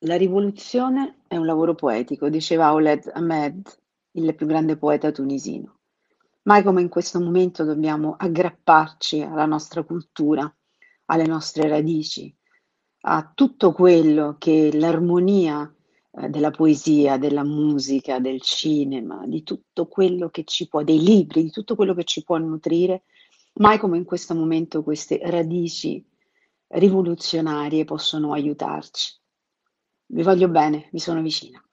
La rivoluzione è un lavoro poetico, diceva Ouled Ahmed, il più grande poeta tunisino. Mai come in questo momento dobbiamo aggrapparci alla nostra cultura, alle nostre radici, a tutto quello che l'armonia della poesia, della musica, del cinema, di tutto quello che ci può, dei libri, di tutto quello che ci può nutrire. Mai come in questo momento queste radici rivoluzionarie possono aiutarci. Vi voglio bene, vi sono vicina.